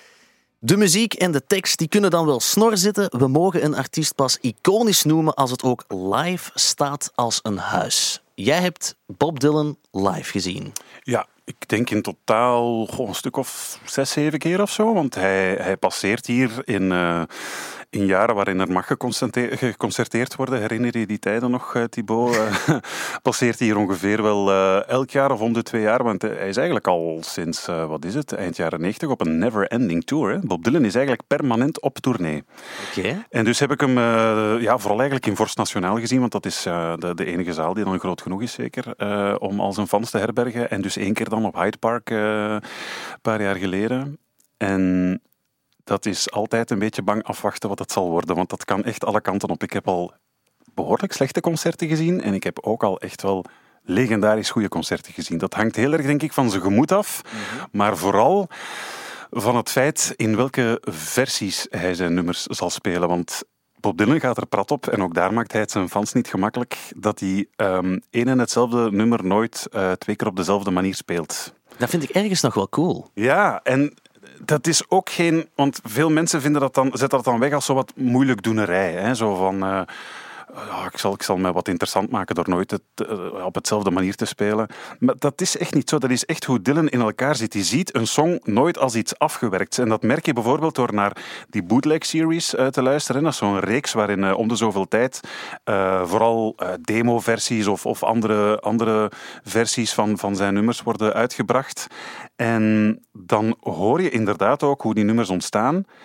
De muziek en de tekst die kunnen dan wel snor zitten. We mogen een artiest pas iconisch noemen als het ook live staat als een huis. Jij hebt Bob Dylan live gezien. Ja, ik denk in totaal goh, een stuk of zes, zeven keer of zo. Want hij, hij passeert hier in, uh, in jaren waarin er mag geconcerteerd worden. Herinner je die tijden nog, uh, Thibaut? Uh, passeert hij hier ongeveer wel uh, elk jaar of om de twee jaar. Want hij is eigenlijk al sinds, uh, wat is het, eind jaren negentig op een never-ending tour. Hè? Bob Dylan is eigenlijk permanent op tournee. Okay. En dus heb ik hem uh, ja, vooral eigenlijk in Vorst Nationaal gezien. Want dat is uh, de, de enige zaal die dan groot genoeg is, zeker, uh, om al zijn fans te herbergen. En dus één keer dan op Hyde Park, uh, een paar jaar geleden. En dat is altijd een beetje bang afwachten wat het zal worden, want dat kan echt alle kanten op. Ik heb al behoorlijk slechte concerten gezien en ik heb ook al echt wel legendarisch goede concerten gezien. Dat hangt heel erg, denk ik, van zijn gemoed af, mm-hmm. maar vooral van het feit in welke versies hij zijn nummers zal spelen, want Bob Dylan gaat er prat op en ook daar maakt hij het zijn fans niet gemakkelijk dat hij um, één en hetzelfde nummer nooit uh, twee keer op dezelfde manier speelt. Dat vind ik ergens nog wel cool. Ja, en dat is ook geen... Want veel mensen vinden dat dan, zetten dat dan weg als zo wat moeilijkdoenerij. Hè? Zo van... Uh, Ja, ik, zal, ik zal mij wat interessant maken door nooit het, uh, op hetzelfde manier te spelen. Maar dat is echt niet zo. Dat is echt hoe Dylan in elkaar zit. Die ziet een song nooit als iets afgewerkt. En dat merk je bijvoorbeeld door naar die bootleg-series uh, te luisteren. Dat is zo'n reeks waarin uh, om de zoveel tijd uh, vooral uh, demo-versies of, of andere, andere versies van, van zijn nummers worden uitgebracht. En dan hoor je inderdaad ook hoe die nummers ontstaan.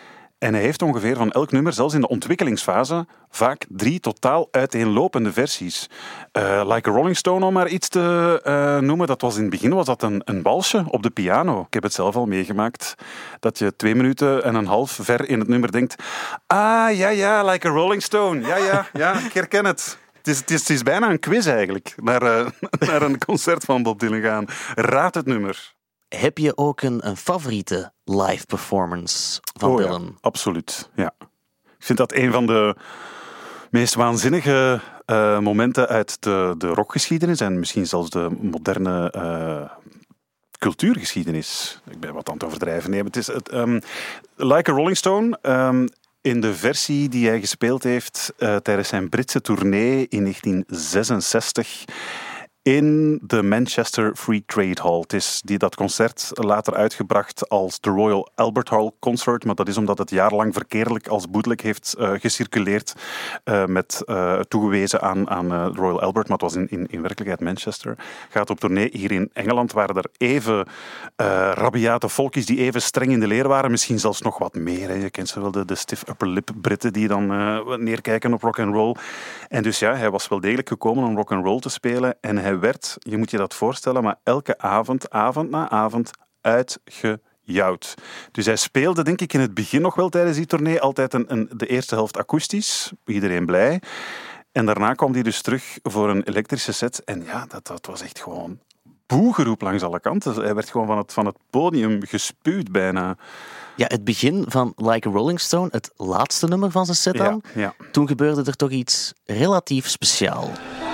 En hij heeft ongeveer van elk nummer, zelfs in de ontwikkelingsfase, vaak drie totaal uiteenlopende versies. Uh, like a Rolling Stone, om maar iets te uh, noemen. Dat was in het begin was dat een, een walsje op de piano. Ik heb het zelf al meegemaakt. Dat je twee minuten en een half ver in het nummer denkt... Ah, ja, ja, like a Rolling Stone. Ja, ja, ja, ik herken het. Het is, het, is, het is bijna een quiz eigenlijk, naar, uh, naar een concert van Bob Dylan gaan. Raad het nummer. Heb je ook een, een favoriete live performance van oh, Dylan? Ja, absoluut, ja. Ik vind dat een van de meest waanzinnige uh, momenten uit de, de rockgeschiedenis en misschien zelfs de moderne uh, cultuurgeschiedenis. Ik ben wat aan het overdrijven. Nee, het is het, um, Like a Rolling Stone... Um, in de versie die hij gespeeld heeft uh, tijdens zijn Britse tournee in negentien zesenzestig in de Manchester Free Trade Hall. Het is die, dat concert later uitgebracht als de Royal Albert Hall Concert, maar dat is omdat het jarenlang verkeerdelijk als bootleg heeft uh, gecirculeerd uh, met uh, toegewezen aan, aan uh, Royal Albert, maar het was in, in, in werkelijkheid Manchester. Gaat op tournee hier in Engeland, waren er even uh, rabiate volkjes die even streng in de leer waren, misschien zelfs nog wat meer. Hè. Je kent ze wel, de, de stiff upper lip Britten die dan uh, neerkijken op rock and roll. En dus ja, hij was wel degelijk gekomen om rock and roll te spelen en hij werd, je moet je dat voorstellen, maar elke avond, avond na avond, uitgejouwd. Dus hij speelde, denk ik, in het begin nog wel tijdens die tournee altijd een, een, de eerste helft akoestisch, iedereen blij. En daarna kwam hij dus terug voor een elektrische set. En ja, dat, dat was echt gewoon boegeroep langs alle kanten. Hij werd gewoon van het, van het podium gespuwd bijna. Ja, het begin van Like a Rolling Stone, het laatste nummer van zijn set dan. Ja, ja. Toen gebeurde er toch iets relatief speciaal.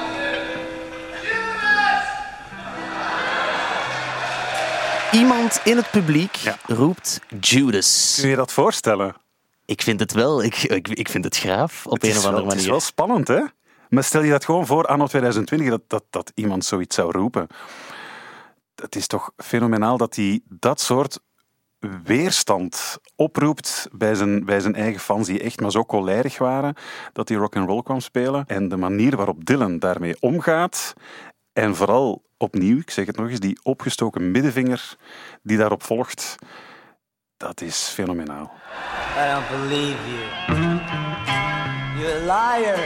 Iemand in het publiek ja. roept Judas. Kun je dat voorstellen? Ik vind het wel. Ik, ik, ik vind het graaf op een of andere wel, manier. Het is wel spannend, hè? Maar stel je dat gewoon voor, anno twintig twintig, dat, dat, dat iemand zoiets zou roepen. Het is toch fenomenaal dat hij dat soort weerstand oproept bij zijn, bij zijn eigen fans, die echt maar zo cholerig waren, dat hij rock'n'roll kwam spelen. En de manier waarop Dylan daarmee omgaat, en vooral opnieuw, ik zeg het nog eens, die opgestoken middenvinger die daarop volgt, dat is fenomenaal. I don't believe you. You're a liar.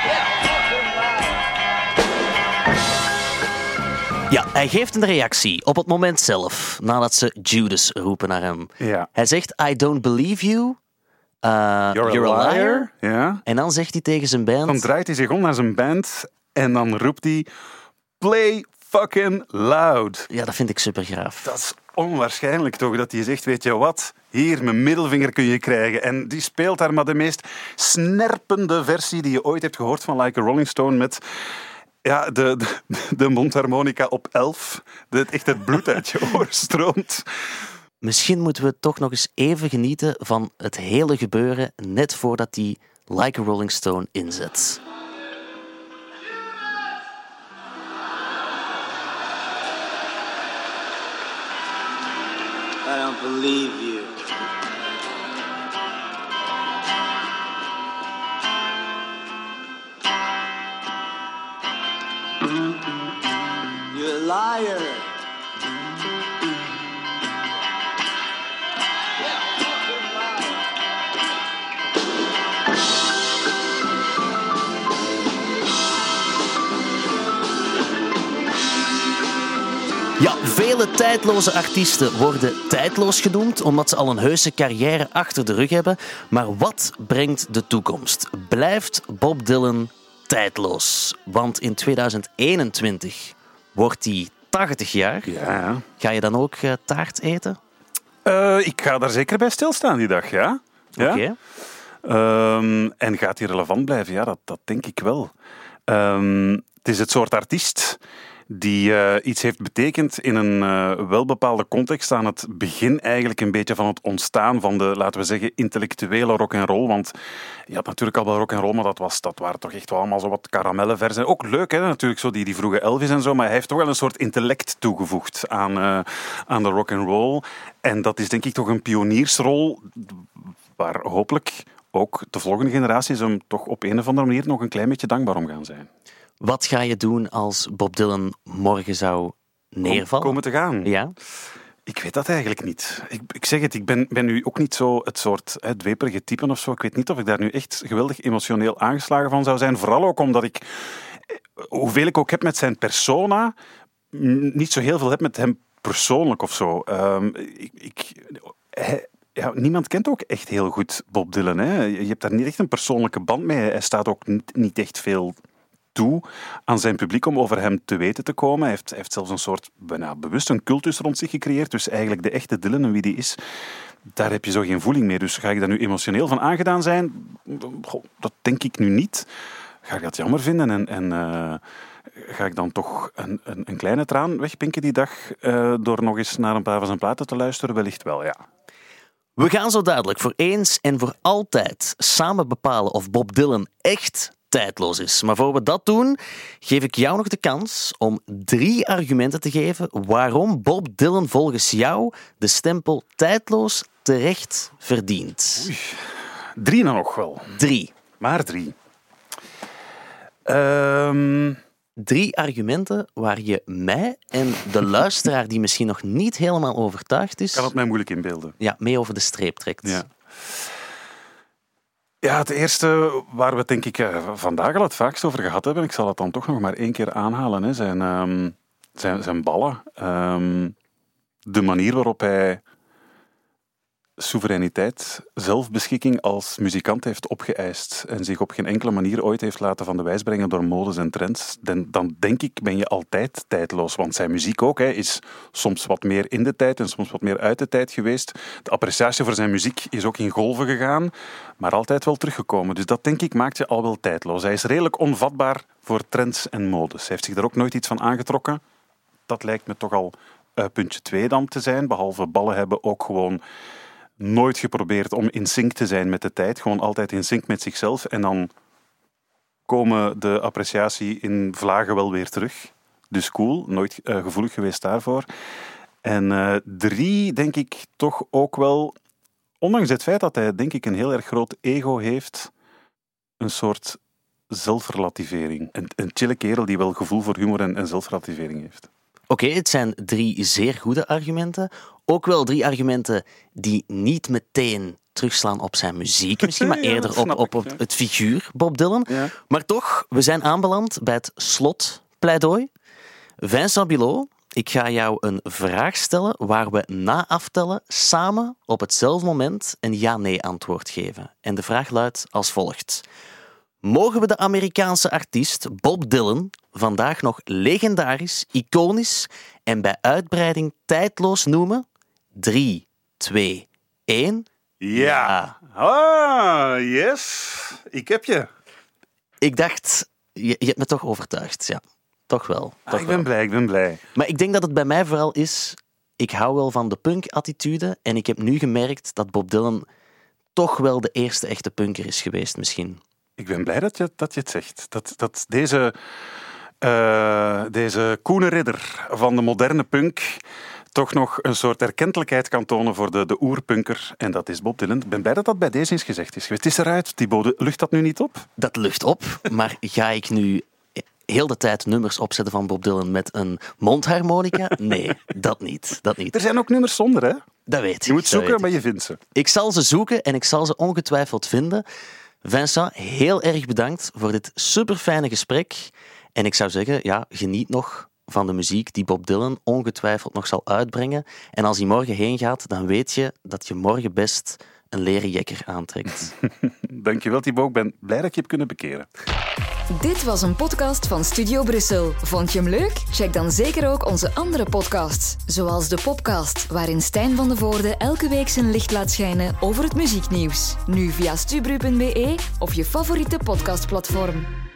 Ja, hij geeft een reactie op het moment zelf, nadat ze Judas roepen naar hem. Ja. Hij zegt, I don't believe you. Uh, you're, you're a a liar. liar. Ja. En dan zegt hij tegen zijn band... Dan draait hij zich om naar zijn band en dan roept hij... Play fucking loud. Ja, dat vind ik supergraaf. Dat is onwaarschijnlijk toch, dat hij zegt, weet je wat, hier, mijn middelvinger kun je krijgen. En die speelt daar maar de meest snerpende versie die je ooit hebt gehoord van Like a Rolling Stone met... Ja, de, de, de mondharmonica op elf. Dat echt het bloed uit je oor stroomt. Misschien moeten we toch nog eens even genieten van het hele gebeuren net voordat hij Like a Rolling Stone inzet. I don't believe you. You're a liar. Ja, vele tijdloze artiesten worden tijdloos genoemd omdat ze al een heuse carrière achter de rug hebben. Maar wat brengt de toekomst? Blijft Bob Dylan tijdloos? Want in tweeduizend eenentwintig wordt hij tachtig jaar. Ja. Ga je dan ook uh, taart eten? Uh, ik ga daar zeker bij stilstaan die dag, ja. ja? Oké. Okay. Um, en gaat hij relevant blijven? Ja, dat, dat denk ik wel. Um, het is het soort artiest die uh, iets heeft betekend in een uh, welbepaalde context aan het begin eigenlijk een beetje van het ontstaan van de, laten we zeggen, intellectuele rock'n'roll. Want je had natuurlijk al wel rock'n'roll, maar dat, was, dat waren toch echt wel allemaal zo wat karamellenversen. Ook leuk, hè, natuurlijk, zo die, die vroege Elvis en zo, maar hij heeft toch wel een soort intellect toegevoegd aan, uh, aan de rock'n'roll. En dat is denk ik toch een pioniersrol waar hopelijk ook de volgende generaties hem toch op een of andere manier nog een klein beetje dankbaar om gaan zijn. Wat ga je doen als Bob Dylan morgen zou neervallen? Komen te gaan. Ja? Ik weet dat eigenlijk niet. Ik, ik zeg het, ik ben, ben nu ook niet zo het soort hè, dweperige type of zo. Ik weet niet of ik daar nu echt geweldig emotioneel aangeslagen van zou zijn. Vooral ook omdat ik, hoeveel ik ook heb met zijn persona, niet zo heel veel heb met hem persoonlijk of zo. Um, ik, ik, hij, ja, niemand kent ook echt heel goed Bob Dylan. Hè. Je hebt daar niet echt een persoonlijke band mee. Hij staat ook niet, niet echt veel toe aan zijn publiek om over hem te weten te komen. Hij heeft, hij heeft zelfs een soort bijna bewust een cultus rond zich gecreëerd. Dus eigenlijk de echte Dylan en wie die is, daar heb je zo geen voeling mee. Dus ga ik daar nu emotioneel van aangedaan zijn? Goh, dat denk ik nu niet. Ga ik dat jammer vinden en... en uh, ga ik dan toch een, een, een kleine traan wegpinken die dag uh, door nog eens naar een paar van zijn platen te luisteren? Wellicht wel, ja. We gaan zo dadelijk voor eens en voor altijd samen bepalen of Bob Dylan echt tijdloos is. Maar voor we dat doen, geef ik jou nog de kans om drie argumenten te geven waarom Bob Dylan volgens jou de stempel tijdloos terecht verdient. Oei, drie dan nog wel. Drie. Maar drie. Um... Drie argumenten waar je mij en de luisteraar die misschien nog niet helemaal overtuigd is... Kan het mij moeilijk inbeelden. Ja, mee over de streep trekt. Ja. Ja, het eerste waar we het denk ik vandaag al het vaakst over gehad hebben, ik zal het dan toch nog maar één keer aanhalen, hè, zijn, um, zijn, zijn ballen. Um, de manier waarop hij soevereiniteit, zelfbeschikking als muzikant heeft opgeëist en zich op geen enkele manier ooit heeft laten van de wijs brengen door modes en trends, dan, dan denk ik ben je altijd tijdloos. Want zijn muziek ook hè, is soms wat meer in de tijd en soms wat meer uit de tijd geweest. De appreciatie voor zijn muziek is ook in golven gegaan, maar altijd wel teruggekomen. Dus dat denk ik maakt je al wel tijdloos. Hij is redelijk onvatbaar voor trends en modes. Hij heeft zich daar ook nooit iets van aangetrokken. Dat lijkt me toch al uh, puntje twee dan te zijn. Behalve ballen hebben ook gewoon nooit geprobeerd om in sync te zijn met de tijd. Gewoon altijd in sync met zichzelf. En dan komen de appreciatie in vlagen wel weer terug. Dus cool, nooit uh, gevoelig geweest daarvoor. En uh, drie, denk ik toch ook wel, ondanks het feit dat hij denk ik een heel erg groot ego heeft, een soort zelfrelativering. Een, een chille kerel die wel gevoel voor humor en, en zelfrelativering heeft. Oké, okay, het zijn drie zeer goede argumenten. Ook wel drie argumenten die niet meteen terugslaan op zijn muziek misschien, maar eerder op, op, op het figuur Bob Dylan. Ja. Maar toch, we zijn aanbeland bij het slotpleidooi. Vincent Bilot, ik ga jou een vraag stellen waar we na aftellen samen op hetzelfde moment een ja-nee antwoord geven. En de vraag luidt als volgt. Mogen we de Amerikaanse artiest Bob Dylan vandaag nog legendarisch, iconisch en bij uitbreiding tijdloos noemen? Drie, twee, één. Ja. Ah, yes. Ik heb je. Ik dacht, je, je hebt me toch overtuigd. Ja, toch wel. Toch ah, ik ben wel. blij, ik ben blij. Maar ik denk dat het bij mij vooral is, ik hou wel van de punk-attitude en ik heb nu gemerkt dat Bob Dylan toch wel de eerste echte punker is geweest misschien. Ik ben blij dat je, dat je het zegt. Dat, dat deze, uh, deze koene ridder van de moderne punk toch nog een soort erkentelijkheid kan tonen voor de, de oerpunker. En dat is Bob Dylan. Ik ben blij dat dat bij deze eens gezegd is. Het is eruit, Thibaut. Lucht dat nu niet op? Dat lucht op, maar ga ik nu heel de tijd nummers opzetten van Bob Dylan met een mondharmonica? Nee, dat niet. Dat niet. Er zijn ook nummers zonder, hè? Dat weet ik. Je moet zoeken, maar ik. je vindt ze. Ik zal ze zoeken en ik zal ze ongetwijfeld vinden. Vincent, heel erg bedankt voor dit superfijne gesprek. En ik zou zeggen, ja, geniet nog van de muziek die Bob Dylan ongetwijfeld nog zal uitbrengen. En als hij morgen heen gaat, dan weet je dat je morgen best een leren jekker aantrekt. Dankjewel, Thibaut. Ik ben blij dat je hebt kunnen bekeren. Dit was een podcast van Studio Brussel. Vond je hem leuk? Check dan zeker ook onze andere podcasts, zoals de Popcast, waarin Stijn van de Voorde elke week zijn licht laat schijnen over het muzieknieuws. Nu via stubru punt be of je favoriete podcastplatform.